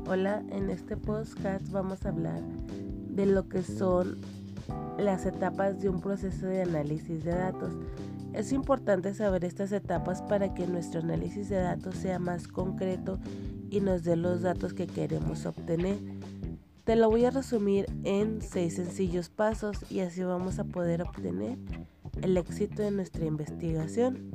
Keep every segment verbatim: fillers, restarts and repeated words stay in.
Hola, en este podcast vamos a hablar de lo que son las etapas de un proceso de análisis de datos. Es importante saber estas etapas para que nuestro análisis de datos sea más concreto y nos dé los datos que queremos obtener. Te lo voy a resumir en seis sencillos pasos y así vamos a poder obtener el éxito de nuestra investigación.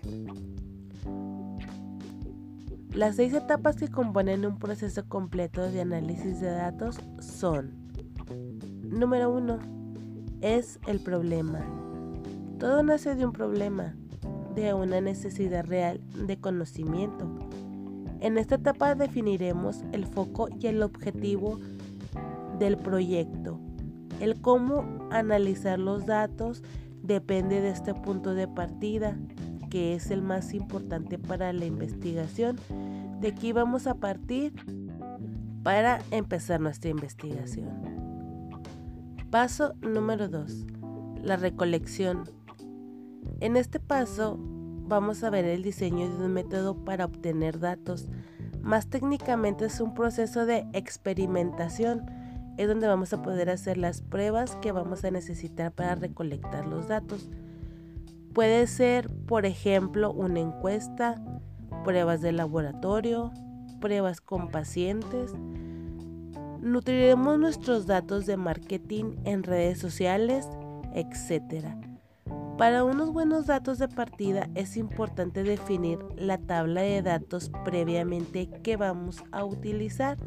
Las seis etapas que componen un proceso completo de análisis de datos son: número uno, es el problema. Todo nace de un problema, de una necesidad real de conocimiento. En esta etapa definiremos el foco y el objetivo del proyecto. El cómo analizar los datos depende de este punto de partida, que es el más importante para la investigación. De aquí vamos a partir para empezar nuestra investigación. Paso número dos, la recolección. En este paso vamos a ver el diseño de un método para obtener datos. Más técnicamente es un proceso de experimentación. Es donde vamos a poder hacer las pruebas que vamos a necesitar para recolectar los datos. Puede ser, por ejemplo, una encuesta, pruebas de laboratorio, pruebas con pacientes. Nutriremos nuestros datos de marketing en redes sociales, etcétera. Para unos buenos datos de partida es importante definir la tabla de datos previamente que vamos a utilizar.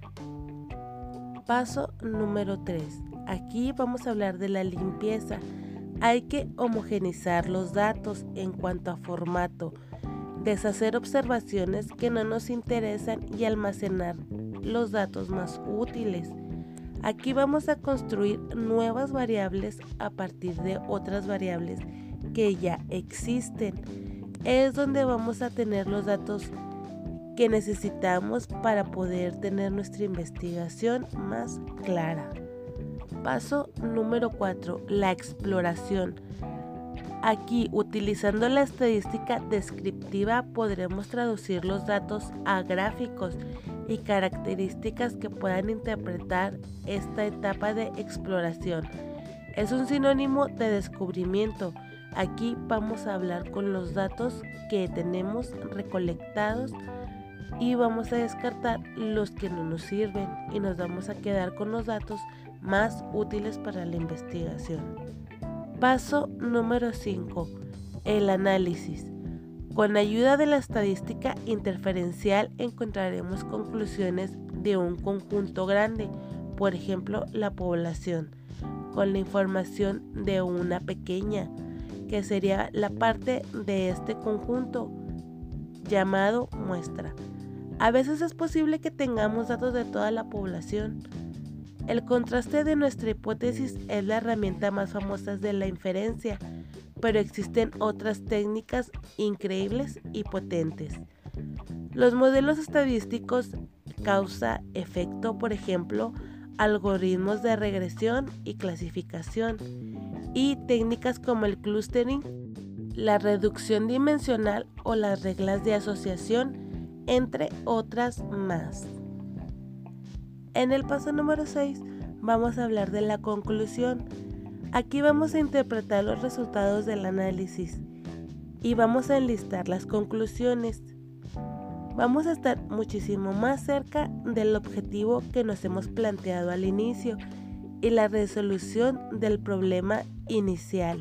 Paso número tres. Aquí vamos a hablar de la limpieza. Hay que homogeneizar los datos en cuanto a formato, deshacer observaciones que no nos interesan y almacenar los datos más útiles. Aquí vamos a construir nuevas variables a partir de otras variables que ya existen. Es donde vamos a tener los datos que necesitamos para poder tener nuestra investigación más clara. Paso número cuatro, la exploración. Aquí, utilizando la estadística descriptiva, podremos traducir los datos a gráficos y características que puedan interpretar esta etapa de exploración. Es un sinónimo de descubrimiento. Aquí vamos a hablar con los datos que tenemos recolectados y vamos a descartar los que no nos sirven y nos vamos a quedar con los datos más útiles para la investigación. Paso número cinco. El análisis. Con ayuda de la estadística interferencial encontraremos conclusiones de un conjunto grande, por ejemplo, la población, con la información de una pequeña, que sería la parte de este conjunto llamado muestra. A veces es posible que tengamos datos de toda la población. El contraste de nuestra hipótesis es la herramienta más famosa de la inferencia, pero existen otras técnicas increíbles y potentes. Los modelos estadísticos causa-efecto, por ejemplo, algoritmos de regresión y clasificación, y técnicas como el clustering, la reducción dimensional o las reglas de asociación, entre otras más. En el paso número seis vamos a hablar de la conclusión. Aquí vamos a interpretar los resultados del análisis y vamos a enlistar las conclusiones. Vamos a estar muchísimo más cerca del objetivo que nos hemos planteado al inicio y la resolución del problema inicial.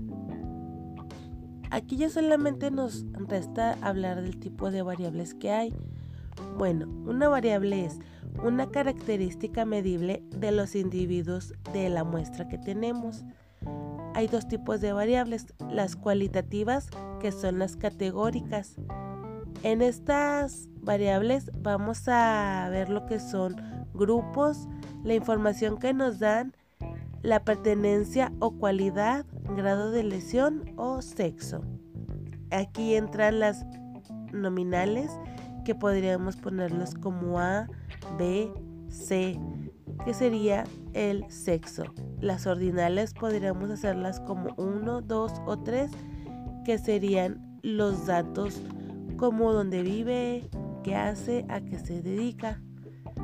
Aquí ya solamente nos resta hablar del tipo de variables que hay. Bueno, una variable es una característica medible de los individuos de la muestra que tenemos. Hay dos tipos de variables, las cualitativas, que son las categóricas. En estas variables vamos a ver lo que son grupos, la información que nos dan, la pertenencia o cualidad, grado de lesión o sexo. Aquí entran las nominales, que podríamos ponerlos como A, B, C, que sería el sexo. Las ordinales podríamos hacerlas como uno, dos o tres, que serían los datos como dónde vive, qué hace, a qué se dedica.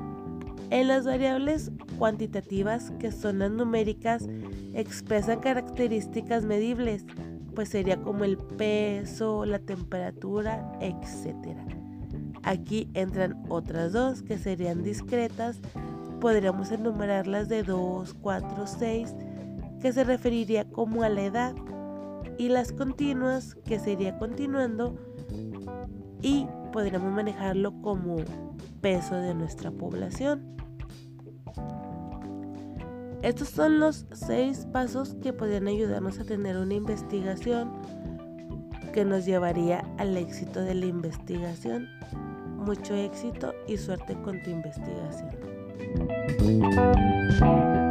En las variables cuantitativas, que son las numéricas, expresan características medibles, pues sería como el peso, la temperatura, etcétera. Aquí entran otras dos que serían discretas, podríamos enumerarlas de dos, cuatro, seis, que se referiría como a la edad, y las continuas, que sería continuando, y podríamos manejarlo como peso de nuestra población. Estos son los seis pasos que podrían ayudarnos a tener una investigación que nos llevaría al éxito de la investigación. Mucho éxito y suerte con tu investigación.